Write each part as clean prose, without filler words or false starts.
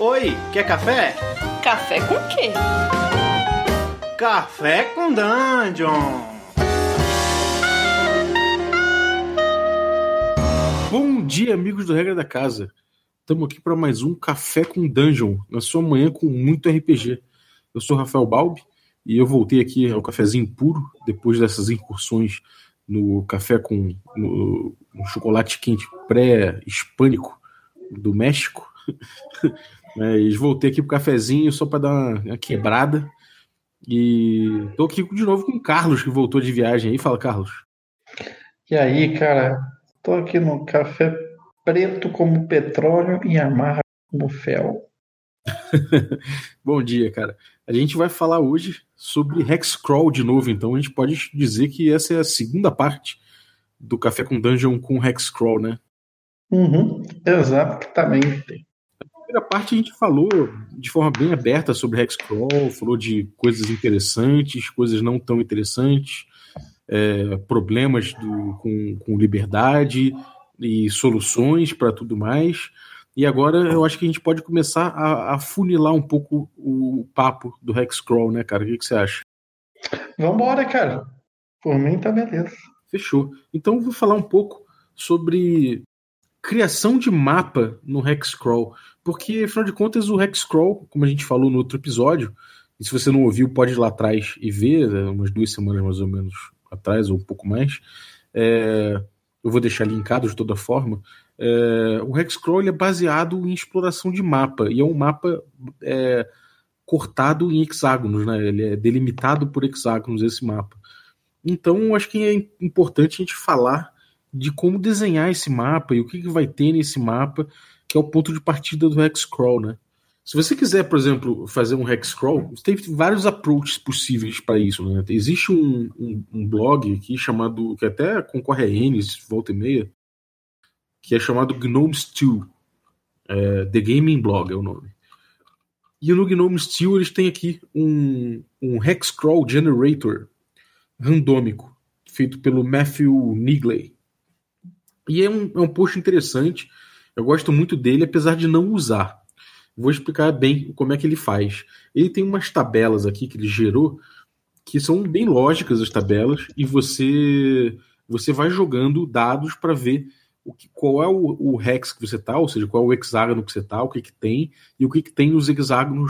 Oi, quer café? Café com quê? Café com Dungeon! Bom dia, amigos do Regra da Casa. Estamos aqui para mais um Café com Dungeon, na sua manhã com muito RPG. Eu sou Rafael Balbi e eu voltei aqui ao cafezinho puro, depois dessas incursões no café com no chocolate quente pré-hispânico do México. Mas voltei aqui pro cafezinho só para dar uma quebrada. E tô aqui de novo com o Carlos, que voltou de viagem aí. Fala, Carlos. E aí, cara? Tô aqui no café preto como petróleo e amargo como fel. Bom dia, cara. A gente vai falar hoje sobre Hexcrawl de novo, então a gente pode dizer que essa é a segunda parte do Café com Dungeon com Hexcrawl, né? Exatamente. Na primeira parte a gente falou de forma bem aberta sobre Hexcrawl, falou de coisas interessantes, coisas não tão interessantes, problemas com liberdade e soluções para tudo mais. E agora eu acho que a gente pode começar a funilar um pouco o papo do Hexcrawl, né, cara? O que você acha? Vambora, cara. Por mim tá beleza. Fechou. Então eu vou falar um pouco sobre criação de mapa no Hexcrawl, porque afinal de contas o Hexcrawl, como a gente falou no outro episódio, e se você não ouviu pode ir lá atrás e ver, umas 2 semanas mais ou menos atrás, ou um pouco mais, eu vou deixar linkado de toda forma. O Hexcrawl é baseado em exploração de mapa, e é um mapa cortado em hexágonos, né? Ele é delimitado por hexágonos, esse mapa. Então acho que é importante a gente falar de como desenhar esse mapa e o que vai ter nesse mapa, que é o ponto de partida do Hexcrawl, né? Se você quiser, por exemplo, fazer um Hexcrawl, tem vários approaches possíveis para isso, né? Existe um blog aqui chamado, que até concorre a Enes, volta e meia, que é chamado Gnome2. The Gaming Blog é o nome. E no Gnome2 eles têm aqui um Hexcrawl Generator randômico, feito pelo Matthew Nigley. E é um post interessante, eu gosto muito dele, apesar de não usar. Vou explicar bem como é que ele faz. Ele tem umas tabelas aqui que ele gerou, que são bem lógicas as tabelas, e você vai jogando dados para ver qual é o hex que você tá, ou seja, qual é o hexágono que você tá, o que tem, e o que tem nos hexágonos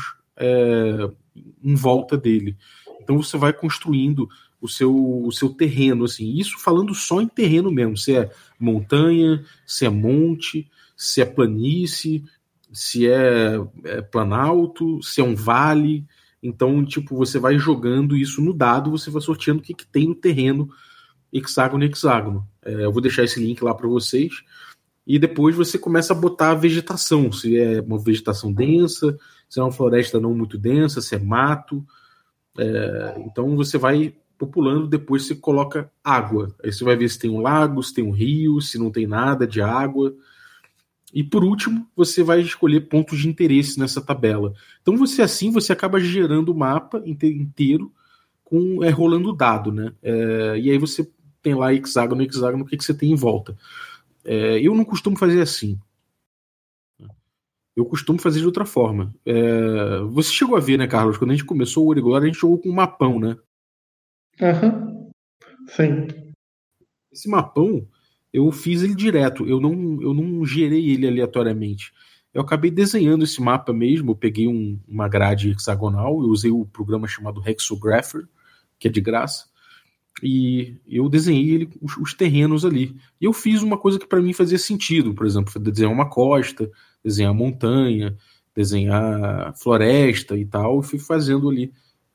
em volta dele. Então você vai construindo o seu terreno, assim, isso falando só em terreno mesmo, se é montanha, se é monte, se é planície, se é planalto, se é um vale. Então, tipo, você vai jogando isso no dado, você vai sorteando o que tem no terreno, hexágono e hexágono. Eu vou deixar esse link lá para vocês. E depois você começa a botar a vegetação, se é uma vegetação densa, se é uma floresta não muito densa, se é mato. Então você vai populando, depois você coloca água. Aí você vai ver se tem um lago, se tem um rio, se não tem nada de água. E por último, você vai escolher pontos de interesse nessa tabela. Então você acaba gerando o mapa inteiro rolando o dado, né? E aí você tem lá hexágono, o que você tem em volta. Eu não costumo fazer assim. Eu costumo fazer de outra forma. Você chegou a ver, né, Carlos? Quando a gente começou o Origolar, a gente jogou com um mapão, né? Sim. Esse mapão, eu fiz ele direto. Eu não gerei ele aleatoriamente. Eu acabei desenhando esse mapa mesmo. Eu peguei uma grade hexagonal. Eu usei o programa chamado Hexographer, que é de graça. E eu desenhei os terrenos ali. E eu fiz uma coisa que para mim fazia sentido. Por exemplo, desenhar uma costa, desenhar montanha, desenhar floresta e tal. Eu fui fazendo ali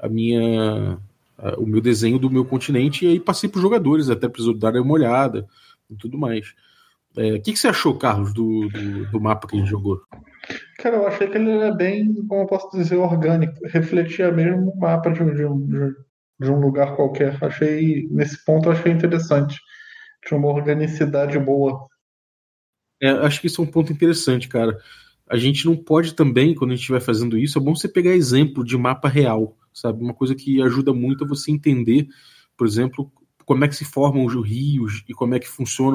o meu desenho do meu continente, e aí passei para os jogadores, até precisou dar uma olhada e tudo mais. O que você achou, Carlos, do mapa que a gente jogou? Cara, eu achei que ele era bem, como eu posso dizer, orgânico. Refletia mesmo o mapa de um lugar qualquer. Nesse ponto, eu achei interessante. Tinha uma organicidade boa. Acho que isso é um ponto interessante, cara. A gente não pode também, quando a gente estiver fazendo isso, é bom você pegar exemplo de mapa real, sabe? Uma coisa que ajuda muito a você entender, por exemplo, como é que se formam os rios e como é que funcionam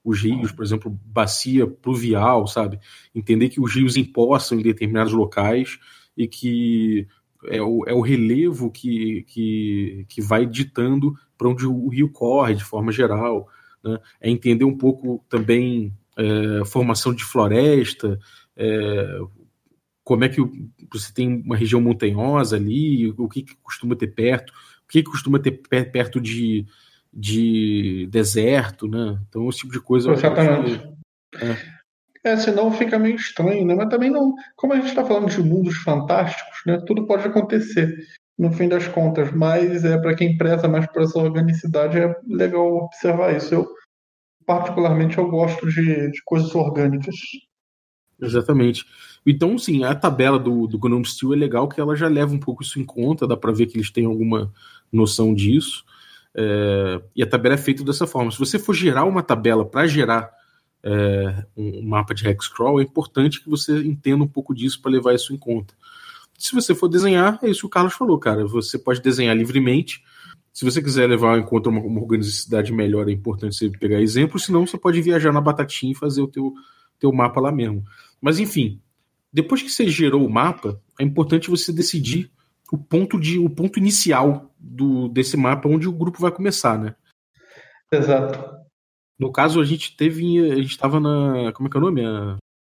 os rios, por exemplo, bacia pluvial, sabe? Entender que os rios empoçam em determinados locais e que é o relevo que vai ditando para onde o rio corre, de forma geral, né? É entender um pouco também formação de floresta, como é que você tem uma região montanhosa ali, o que costuma ter perto, o que costuma ter perto de deserto, né? Então, esse tipo de coisa. Exatamente. Senão fica meio estranho, né? Mas também não. Como a gente está falando de mundos fantásticos, né? Tudo pode acontecer no fim das contas. Mas para quem preza mais por essa organicidade, é legal observar isso. Particularmente, eu gosto de coisas orgânicas. Exatamente. Então, sim, a tabela do Gnome Steel é legal que ela já leva um pouco isso em conta, dá para ver que eles têm alguma noção disso. E a tabela é feita dessa forma. Se você for gerar uma tabela para gerar um mapa de Hexcrawl, é importante que você entenda um pouco disso para levar isso em conta. Se você for desenhar, é isso que o Carlos falou, cara. Você pode desenhar livremente. Se você quiser levar em conta uma organicidade melhor, é importante você pegar exemplos, senão você pode viajar na batatinha e fazer o teu mapa lá mesmo. Mas, enfim, depois que você gerou o mapa, é importante você decidir o ponto inicial desse mapa, onde o grupo vai começar, né? Exato. No caso, a gente estava na... Como é que é o nome?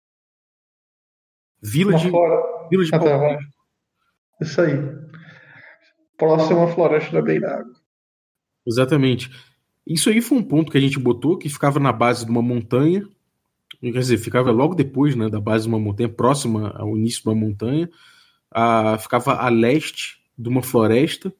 Vila de Palmeiras. Isso aí. Próxima floresta da beira-água. Exatamente. Isso aí foi um ponto que a gente botou, que ficava na base de uma montanha, quer dizer, ficava logo depois, né, da base de uma montanha, próxima ao início da montanha, ficava a leste de uma floresta,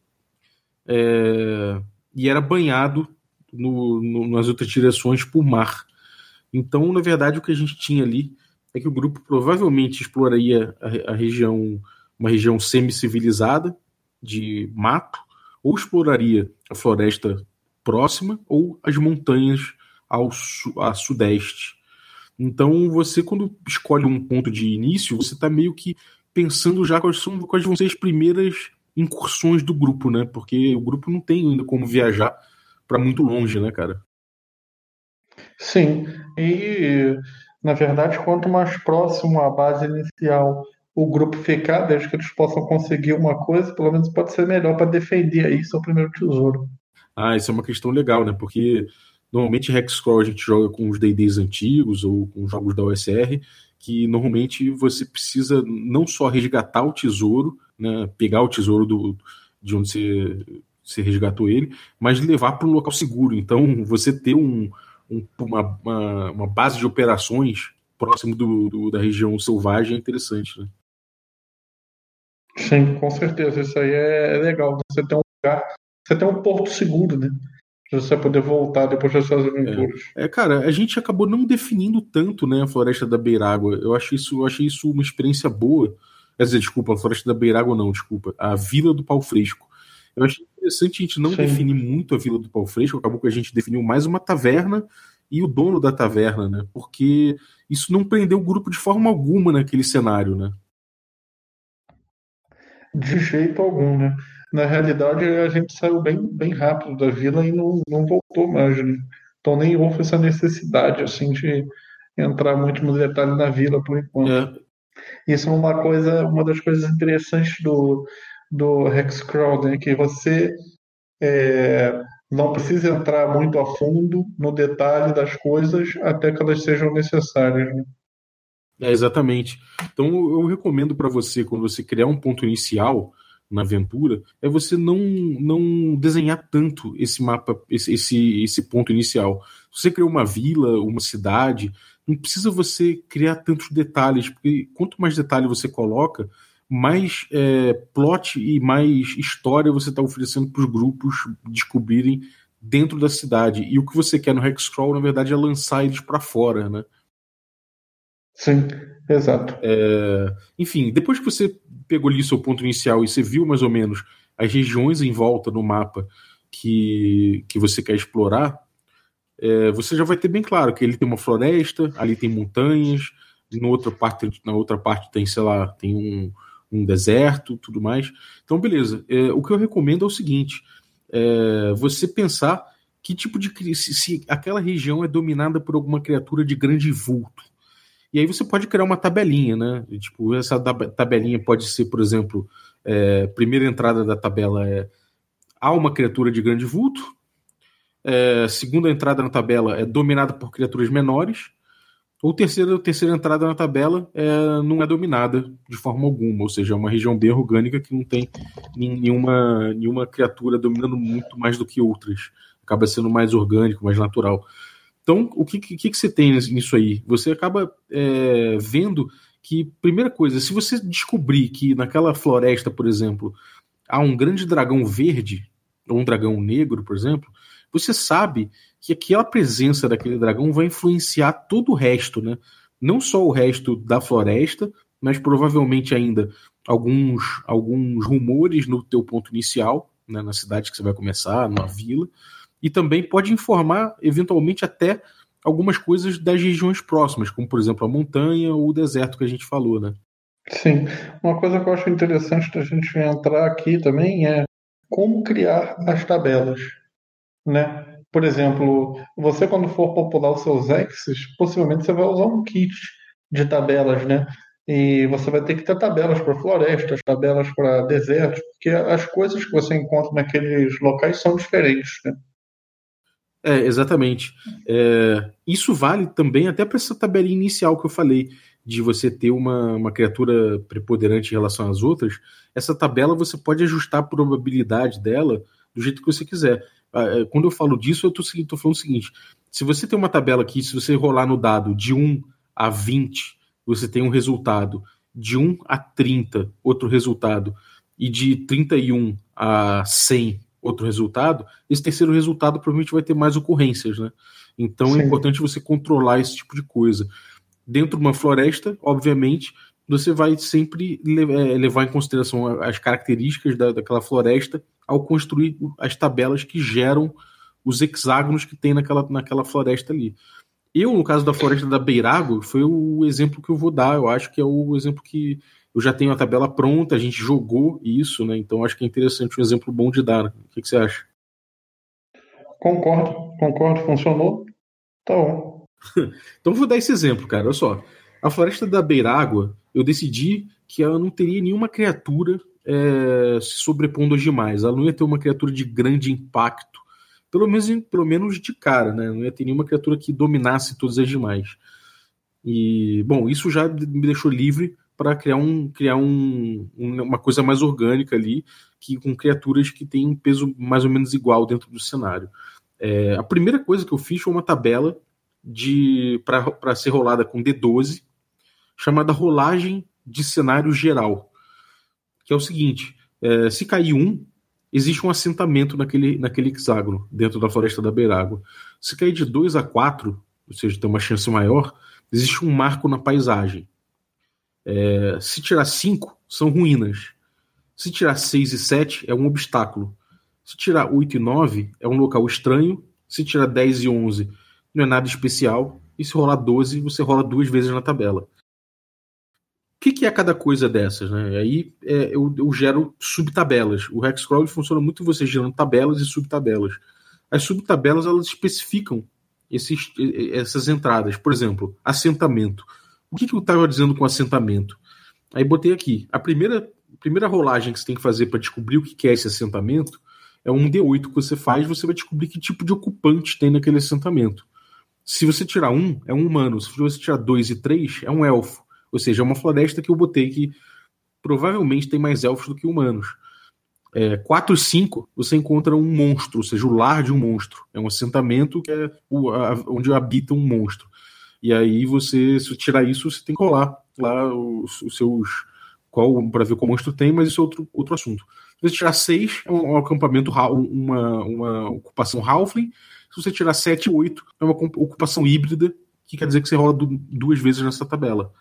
e era banhado nas outras direções por mar. Então, na verdade, o que a gente tinha ali é que o grupo provavelmente exploraria a região, uma região semi-civilizada de mato, ou exploraria a floresta próxima ou as montanhas a sudeste. Então, você, quando escolhe um ponto de início, você está meio que pensando já quais vão ser as primeiras incursões do grupo, né? Porque o grupo não tem ainda como viajar para muito longe, né, cara? Sim, e na verdade, quanto mais próximo à base inicial o grupo ficar, desde que eles possam conseguir uma coisa, pelo menos pode ser melhor para defender aí seu primeiro tesouro. Isso é uma questão legal, né? Porque normalmente Hexcrawl a gente joga com os D&Ds antigos ou com jogos da OSR, que normalmente você precisa não só resgatar o tesouro, né? Pegar o tesouro de onde você resgatou ele, mas levar para um local seguro. Então, você ter uma base de operações próximo da região selvagem é interessante, né? Sim, com certeza. Isso aí é legal. Você tem um lugar, você tem um porto seguro, né? Pra você poder voltar depois das suas aventuras. Cara, a gente acabou não definindo tanto, né, a Floresta da Beira-Água. Eu achei isso uma experiência boa. Quer dizer, desculpa, a Floresta da Beira-Água não, desculpa. A Vila do Pau Fresco. Eu achei interessante a gente não definir muito a Vila do Pau Fresco. Acabou que a gente definiu mais uma taverna e o dono da taverna, né? Porque isso não prendeu o grupo de forma alguma naquele cenário, né? De jeito algum, né? Na realidade, a gente saiu bem rápido da vila e não voltou mais, né? Então nem houve essa necessidade, assim, de entrar muito no detalhe na vila, por enquanto. Isso é uma das coisas interessantes do Hexcrawl, né? Que você não precisa entrar muito a fundo no detalhe das coisas até que elas sejam necessárias, né? Exatamente. Então eu recomendo para você, quando você criar um ponto inicial na aventura, é você não desenhar tanto esse mapa, esse ponto inicial. Se você criou uma vila, uma cidade, não precisa você criar tantos detalhes, porque quanto mais detalhe você coloca, mais plot e mais história você está oferecendo para os grupos descobrirem dentro da cidade. E o que você quer no Hexcrawl, na verdade, é lançar eles para fora, né? Sim, exato. Enfim, depois que você pegou ali seu ponto inicial e você viu mais ou menos as regiões em volta no mapa que você quer explorar, você já vai ter bem claro que ele tem uma floresta, ali tem montanhas, na outra parte tem, sei lá, tem um deserto, tudo mais. Então, beleza. O que eu recomendo é o seguinte, você pensar que tipo de se aquela região é dominada por alguma criatura de grande vulto. E aí você pode criar uma tabelinha, né? E, tipo, essa tabelinha pode ser, por exemplo, primeira entrada da tabela há uma criatura de grande vulto. Segunda entrada na tabela é dominada por criaturas menores. Ou terceira entrada na tabela não é dominada de forma alguma, ou seja, é uma região bem orgânica que não tem nenhuma criatura dominando muito mais do que outras. Acaba sendo mais orgânico, mais natural. Então, o que você tem nisso aí? Você acaba vendo que, primeira coisa, se você descobrir que naquela floresta, por exemplo, há um grande dragão verde, ou um dragão negro, por exemplo, você sabe que aquela presença daquele dragão vai influenciar todo o resto, né? Não só o resto da floresta, mas provavelmente ainda alguns rumores no teu ponto inicial, né, na cidade que você vai começar, na vila, e também pode informar, eventualmente, até algumas coisas das regiões próximas, como, por exemplo, a montanha ou o deserto que a gente falou, né? Sim. Uma coisa que eu acho interessante da gente entrar aqui também é como criar as tabelas, né? Por exemplo, você quando for popular os seus exes, possivelmente você vai usar um kit de tabelas, né? E você vai ter que ter tabelas para florestas, tabelas para desertos, porque as coisas que você encontra naqueles locais são diferentes, né? Exatamente. Isso vale também até para essa tabelinha inicial que eu falei, de você ter uma criatura preponderante em relação às outras. Essa tabela você pode ajustar a probabilidade dela do jeito que você quiser. Quando eu falo disso, eu tô falando o seguinte: se você tem uma tabela aqui, se você rolar no dado de 1 a 20, você tem um resultado, de 1 a 30, outro resultado, e de 31 a 100, outro resultado, esse terceiro resultado provavelmente vai ter mais ocorrências, né? Então Sim. É importante você controlar esse tipo de coisa. Dentro de uma floresta, obviamente, você vai sempre levar em consideração as características daquela floresta ao construir as tabelas que geram os hexágonos que tem naquela floresta ali. No caso da floresta da Beirágua, foi o exemplo que eu vou dar. Eu acho que é o exemplo que eu já tenho a tabela pronta, a gente jogou isso, né? Então acho que é interessante, um exemplo bom de dar. Né? O que você acha? Concordo, funcionou. Tá bom. Então vou dar esse exemplo, cara. Olha só. A floresta da Beirágua, eu decidi que ela não teria nenhuma criatura se sobrepondo aos demais. Ela não ia ter uma criatura de grande impacto. Pelo menos de cara, né? Não ia ter nenhuma criatura que dominasse todas as demais. E, bom, isso já me deixou livre para criar uma coisa mais orgânica ali, com criaturas que têm um peso mais ou menos igual dentro do cenário. A primeira coisa que eu fiz foi uma tabela para ser rolada com D12, chamada rolagem de cenário geral, que é o seguinte: se cair 1, existe um assentamento naquele hexágono dentro da floresta da Beirágua. Se cair de 2 a 4, ou seja, tem uma chance maior, existe um marco na paisagem. Se tirar 5, são ruínas. Se tirar 6 e 7, é um obstáculo. Se tirar 8 e 9, é um local estranho. Se tirar 10 e 11, não é nada especial. E se rolar 12, você rola 2 vezes na tabela. O que é cada coisa dessas, né? Aí eu gero subtabelas. O Hexcrawl funciona muito você gerando tabelas e subtabelas. As subtabelas, elas especificam essas entradas. Por exemplo, assentamento. O que eu estava dizendo com assentamento? Aí botei aqui. A primeira rolagem que você tem que fazer para descobrir o que é esse assentamento é um D8 que você faz. Você vai descobrir que tipo de ocupante tem naquele assentamento. Se você tirar 1, é um humano. Se você tirar 2 e 3, é um elfo. Ou seja, é uma floresta que eu botei que provavelmente tem mais elfos do que humanos. 4 e 5, você encontra um monstro, ou seja, o lar de um monstro. É um assentamento que é onde habita um monstro. E aí se tirar isso, você tem que colar lá os seus... para ver qual monstro tem, mas isso é outro assunto. Se você tirar 6, é um acampamento, uma ocupação halfling. Se você tirar 7 e 8, é uma ocupação híbrida, que quer dizer que você rola 2 vezes nessa tabela.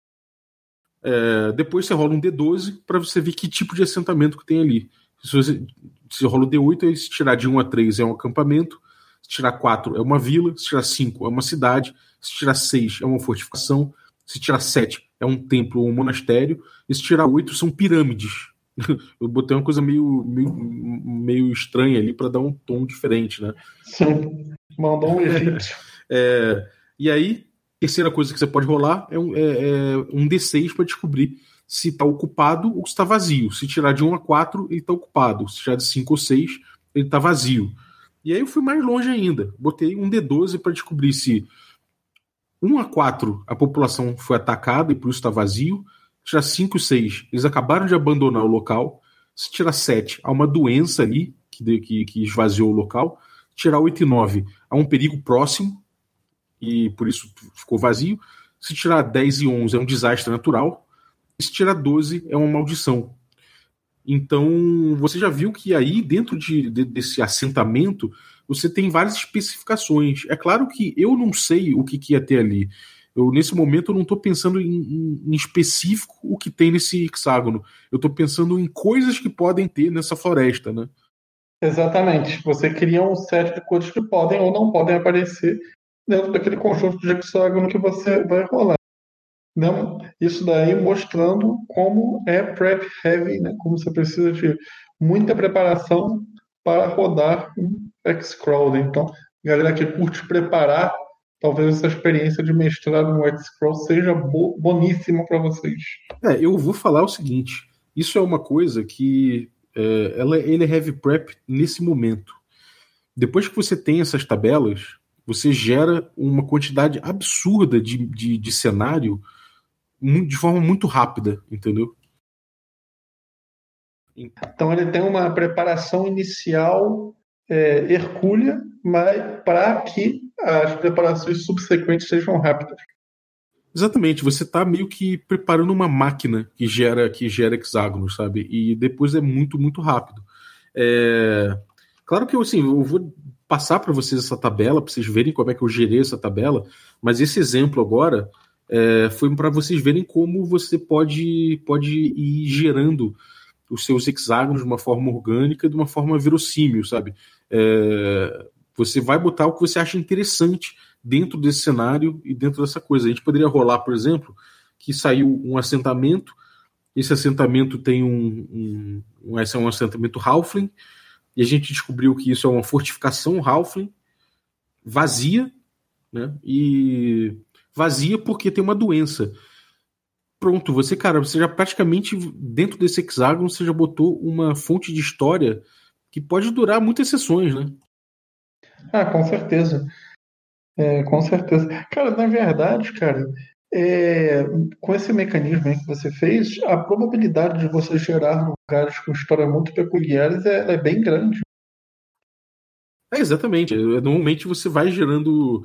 Depois você rola um D12 para você ver que tipo de assentamento que tem ali. Se você rola o D8, aí se tirar de 1 a 3 é um acampamento, se tirar 4 é uma vila, se tirar 5 é uma cidade, se tirar 6 é uma fortificação, se tirar 7 é um templo ou um monastério, e se tirar 8 são pirâmides. Eu botei uma coisa meio estranha ali para dar um tom diferente, né? Sim, mandou um egípcio. E aí, terceira coisa que você pode rolar é um D6 para descobrir se está ocupado ou se está vazio. Se tirar de 1 a 4, ele está ocupado. Se tirar de 5 ou 6, ele está vazio. E aí eu fui mais longe ainda. Botei um D12 para descobrir se 1 a 4 a população foi atacada e por isso está vazio. Se tirar 5 e 6, eles acabaram de abandonar o local. Se tirar 7, há uma doença ali que esvaziou o local. Se tirar 8 e 9, há um perigo próximo e por isso ficou vazio. Se tirar 10 e 11, é um desastre natural. E se tirar 12, é uma maldição. Então, você já viu que aí, dentro desse assentamento, você tem várias especificações. É claro que eu não sei o que ia ter ali. Nesse momento, eu não estou pensando em específico o que tem nesse hexágono. Eu estou pensando em coisas que podem ter nessa floresta, né? Exatamente. Você cria um set de coisas que podem ou não podem aparecer dentro daquele conjunto de hexágono que você vai rolar. Não, isso daí mostrando como é prep heavy, né? Como você precisa de muita preparação para rodar um X-Crawl. Então, galera que curte preparar, talvez essa experiência de mestrado no X-Crawl seja boníssima para vocês. Eu vou falar o seguinte, isso é uma coisa que ele é heavy prep nesse momento. Depois que você tem essas tabelas, você gera uma quantidade absurda de cenário de forma muito rápida, entendeu? Então ele tem uma preparação inicial hercúlea, mas para que as preparações subsequentes sejam rápidas. Exatamente, você está meio que preparando uma máquina que gera hexágonos, sabe? E depois é muito, muito rápido. Claro que eu vou passar para vocês essa tabela, para vocês verem como é que eu gerei essa tabela, mas esse exemplo agora foi para vocês verem como você pode ir gerando os seus hexágonos de uma forma orgânica, de uma forma verossímil, sabe? Você vai botar o que você acha interessante dentro desse cenário e dentro dessa coisa. A gente poderia rolar, por exemplo, que saiu um assentamento, esse assentamento tem esse é um assentamento Halfling, e a gente descobriu que isso é uma fortificação Halfling, vazia, né? E vazia porque tem uma doença. Pronto, você já praticamente, dentro desse hexágono, você já botou uma fonte de história que pode durar muitas sessões, né? Com certeza. Com certeza. Cara, na verdade, cara, com esse mecanismo aí que você fez, a probabilidade de você gerar lugares com histórias muito peculiares é bem grande. Exatamente. Normalmente você vai gerando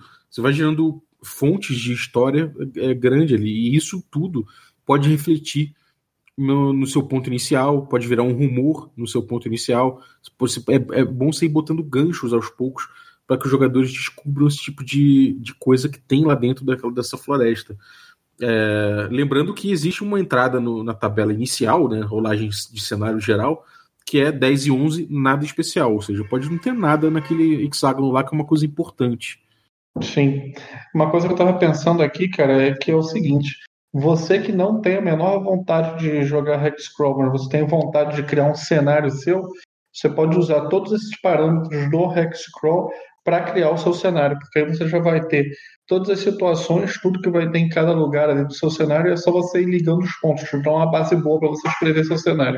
fontes de história grande ali, e isso tudo pode refletir no seu ponto inicial, pode virar um rumor no seu ponto inicial. É bom você ir botando ganchos aos poucos para que os jogadores descubram esse tipo de coisa que tem lá dentro dessa floresta. Lembrando que existe uma entrada na tabela inicial, né, rolagem de cenário geral, que é 10 e 11, nada especial, ou seja, pode não ter nada naquele hexágono lá que é uma coisa importante. Sim. Uma coisa que eu estava pensando aqui, cara, é que é o seguinte: você que não tem a menor vontade de jogar Hexcrawl, mas você tem vontade de criar um cenário seu, você pode usar todos esses parâmetros do Hexcrawl para criar o seu cenário, porque aí você já vai ter todas as situações, tudo que vai ter em cada lugar ali do seu cenário, é só você ir ligando os pontos. Então é uma base boa para você escrever seu cenário.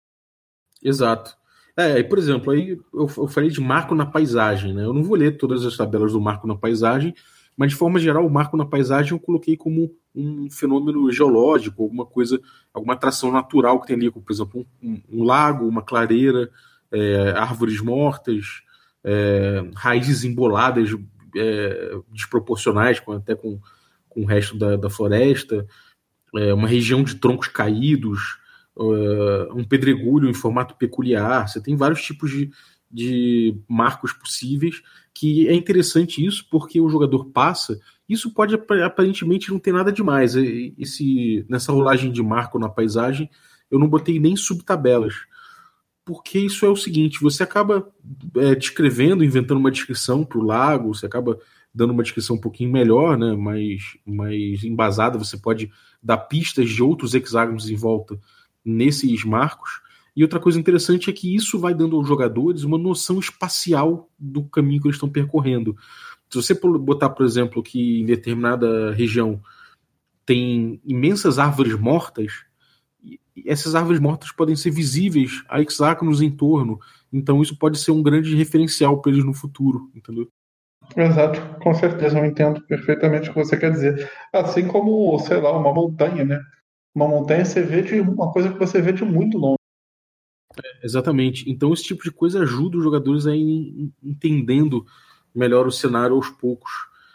Exato. Por exemplo, aí eu falei de marco na paisagem, né? Eu não vou ler todas as tabelas do marco na paisagem, mas de forma geral o marco na paisagem eu coloquei como um fenômeno geológico, alguma coisa, alguma atração natural que tem ali, como, por exemplo, um lago, uma clareira, árvores mortas, raízes emboladas, desproporcionais até com o resto da floresta, uma região de troncos caídos, um pedregulho em formato peculiar. Você tem vários tipos de marcos possíveis, que é interessante isso, porque o jogador passa. Isso pode aparentemente não ter nada demais. Nessa rolagem de marco na paisagem, eu não botei nem subtabelas, porque isso é o seguinte: você acaba descrevendo, inventando uma descrição para o lago, você acaba dando uma descrição um pouquinho melhor, né, mais embasada. Você pode dar pistas de outros hexágonos em volta nesses marcos, E outra coisa interessante é que isso vai dando aos jogadores uma noção espacial do caminho que eles estão percorrendo. Se você botar, por exemplo, que em determinada região tem imensas árvores mortas, e essas árvores mortas podem ser visíveis a hexágonos em torno. Então isso pode ser um grande referencial para eles no futuro, entendeu? Exato, com certeza, eu entendo perfeitamente o que você quer dizer. Assim como, sei lá, uma montanha, né? Uma montanha você vê de uma coisa que você vê de muito longe. Exatamente. Então esse tipo de coisa ajuda os jogadores a ir entendendo melhor o cenário aos poucos.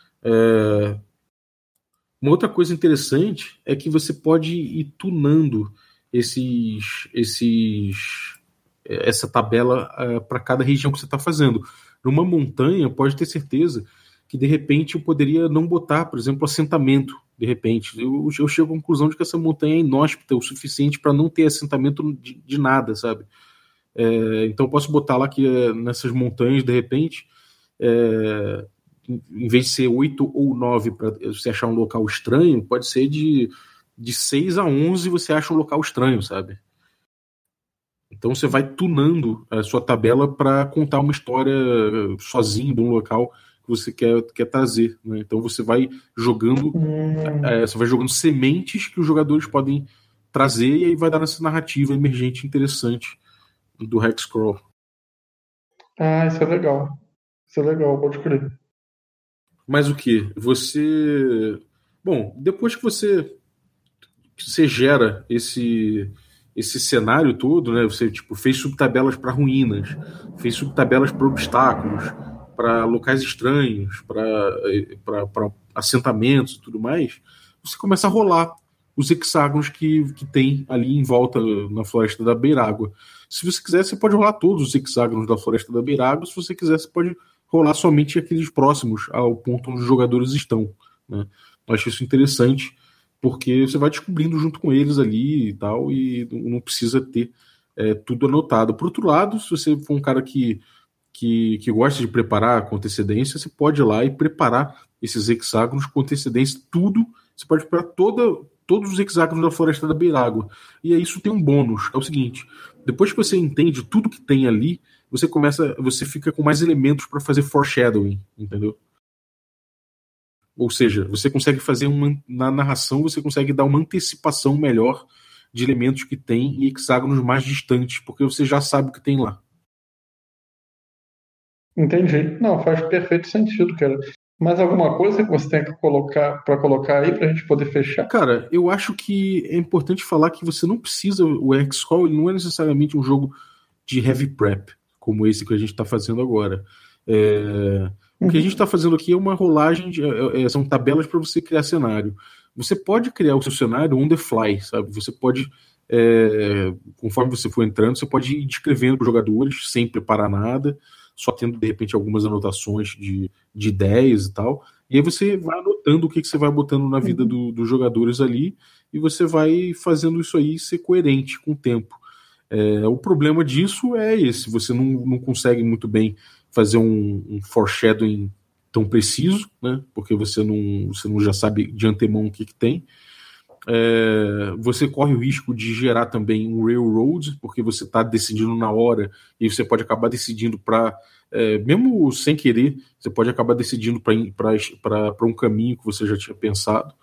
Uma outra coisa interessante é que você pode ir tunando essa tabela para cada região que você está fazendo. Numa montanha, pode ter certeza que de repente eu poderia não botar, por exemplo, assentamento. De repente, eu chego à conclusão de que essa montanha é inóspita o suficiente para não ter assentamento de nada, sabe? Então eu posso botar lá que nessas montanhas, de repente, em vez de ser 8 ou 9 para você achar um local estranho, pode ser de 6 a 11 você acha um local estranho, sabe? Então você vai tunando a sua tabela para contar uma história sozinho de um local que você quer trazer, né? Então você vai jogando sementes que os jogadores podem trazer e aí vai dar essa narrativa emergente interessante do Hexcrawl. Ah, isso é legal. Isso é legal, pode crer. Mas o que? Bom, depois que você gera esse cenário todo, né? Você fez subtabelas para ruínas, fez subtabelas para obstáculos, para locais estranhos, para assentamentos e tudo mais. Você começa a rolar os hexágonos que tem ali em volta na Floresta da Beirágua. Se você quiser, você pode rolar todos os hexágonos da Floresta da Beirágua. Se você quiser, você pode rolar somente aqueles próximos ao ponto onde os jogadores estão, né? Eu acho isso interessante, porque você vai descobrindo junto com eles ali e tal, e não precisa ter tudo anotado. Por outro lado, se você for um cara que gosta de preparar com antecedência, você pode ir lá e preparar esses hexágonos com antecedência, tudo. Você pode preparar todos os hexágonos da Floresta da Beirágua. E aí isso tem um bônus, é o seguinte: depois que você entende tudo que tem ali, você fica com mais elementos para fazer foreshadowing, entendeu? Ou seja, você consegue fazer na narração, você consegue dar uma antecipação melhor de elementos que tem em hexágonos mais distantes, porque você já sabe o que tem lá. Entendi. Não, faz perfeito sentido, cara. Mais alguma coisa que você tem que colocar aí pra gente poder fechar? Cara, eu acho que é importante falar que você não precisa. O Hexcrawl não é necessariamente um jogo de heavy prep, como esse que a gente está fazendo agora. O que a gente está fazendo aqui é uma rolagem, são tabelas para você criar cenário. Você pode criar o seu cenário on the fly, sabe? Você pode, conforme você for entrando, você pode ir descrevendo para os jogadores, sem preparar nada, só tendo, de repente, algumas anotações de ideias e tal. E aí você vai anotando o que você vai botando na vida dos jogadores ali, e você vai fazendo isso aí ser coerente com o tempo. O problema disso é esse: você não consegue muito bem fazer um foreshadowing tão preciso, né? Porque você não já sabe de antemão o que tem. Você corre o risco de gerar também um railroad, porque você está decidindo na hora e você pode acabar decidindo para, mesmo sem querer, você pode acabar decidindo para um caminho que você já tinha pensado.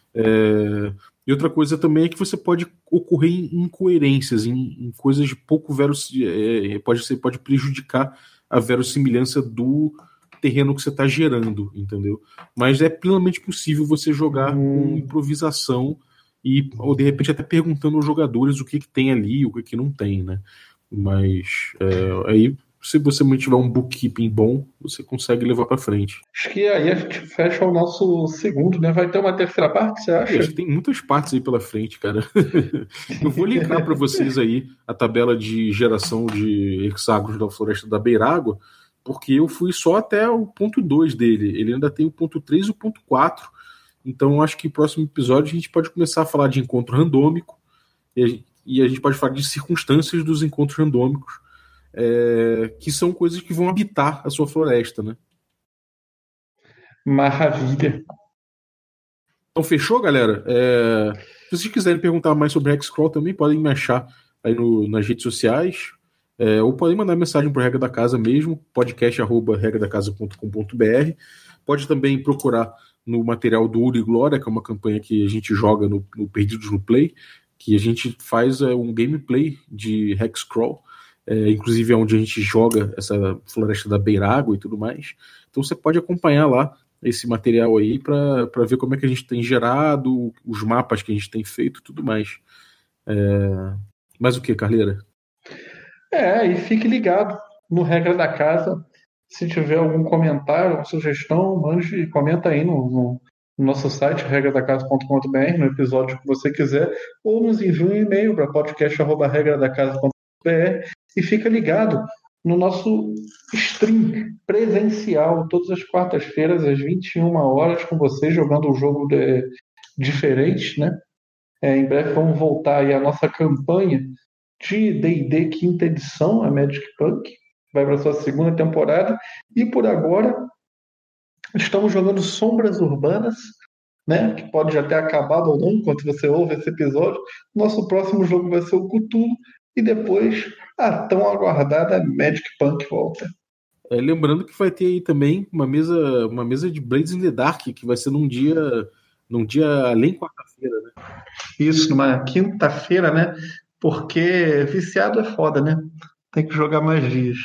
E outra coisa também é que você pode ocorrer em incoerências, em coisas de pouco verossímil, pode prejudicar a verossimilhança do terreno que você está gerando, entendeu? Mas é plenamente possível você jogar com improvisação ou de repente até perguntando aos jogadores o que tem ali e o que não tem, né? Mas aí, se você mantiver um bookkeeping bom, você consegue levar para frente. Acho que aí a gente fecha o nosso segundo, né? Vai ter uma terceira parte, você acha? Acho que tem muitas partes aí pela frente, cara. Eu vou linkar para vocês aí a tabela de geração de hexágonos da Floresta da Beirágua, porque eu fui só até o ponto 2 dele. Ele ainda tem o ponto 3 e o ponto 4. Então acho que no próximo episódio a gente pode começar a falar de encontro randômico e a gente pode falar de circunstâncias dos encontros randômicos, que são coisas que vão habitar a sua floresta, né? Maravilha. Então fechou, galera? Se vocês quiserem perguntar mais sobre Hexcrawl também podem me achar aí nas redes sociais, ou podem mandar mensagem para o Regra da Casa mesmo, podcast@regradacasa.com.br. Pode também procurar no material do Ouro e Glória, que é uma campanha que a gente joga no Perdidos no Play, que a gente faz um gameplay de Hexcrawl, inclusive é onde a gente joga essa Floresta da Beirágua e tudo mais. Então você pode acompanhar lá esse material aí para ver como é que a gente tem gerado, os mapas que a gente tem feito e tudo mais. Mais o que, Carleira? E fique ligado no Regra da Casa. Se tiver algum comentário, uma sugestão, mande, comenta aí no nosso site, regradacasa.com.br, no episódio que você quiser, ou nos envie um e-mail para podcast@regradacasa.com.br e fica ligado no nosso stream presencial, todas as quartas-feiras, às 21 horas, com vocês, jogando um jogo diferente, né? Em breve vamos voltar aí a nossa campanha de D&D quinta edição, a Magic Punk, vai para sua segunda temporada, e por agora estamos jogando Sombras Urbanas, né? Que pode já ter acabado ou não, enquanto você ouve esse episódio. Nosso próximo jogo vai ser o Cthulhu, e depois a tão aguardada Magic Punk volta. Lembrando que vai ter aí também uma mesa de Blades in the Dark, que vai ser num dia além quarta-feira, né? Isso, numa quinta-feira, né? Porque viciado é foda, né? Tem que jogar mais dias.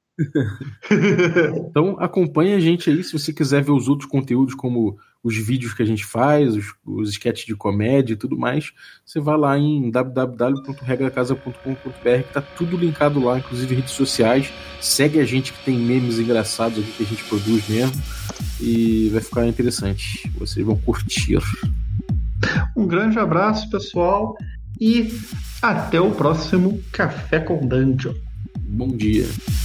Então acompanha a gente aí, se você quiser ver os outros conteúdos, como os vídeos que a gente faz, os sketches de comédia e tudo mais, você vai lá em www.regradacasa.com.br, que tá tudo linkado lá, inclusive redes sociais. Segue a gente, que tem memes engraçados aqui que a gente produz mesmo, e vai ficar interessante, vocês vão curtir. Um grande abraço, pessoal, e até o próximo Café com Dungeon. Bom dia.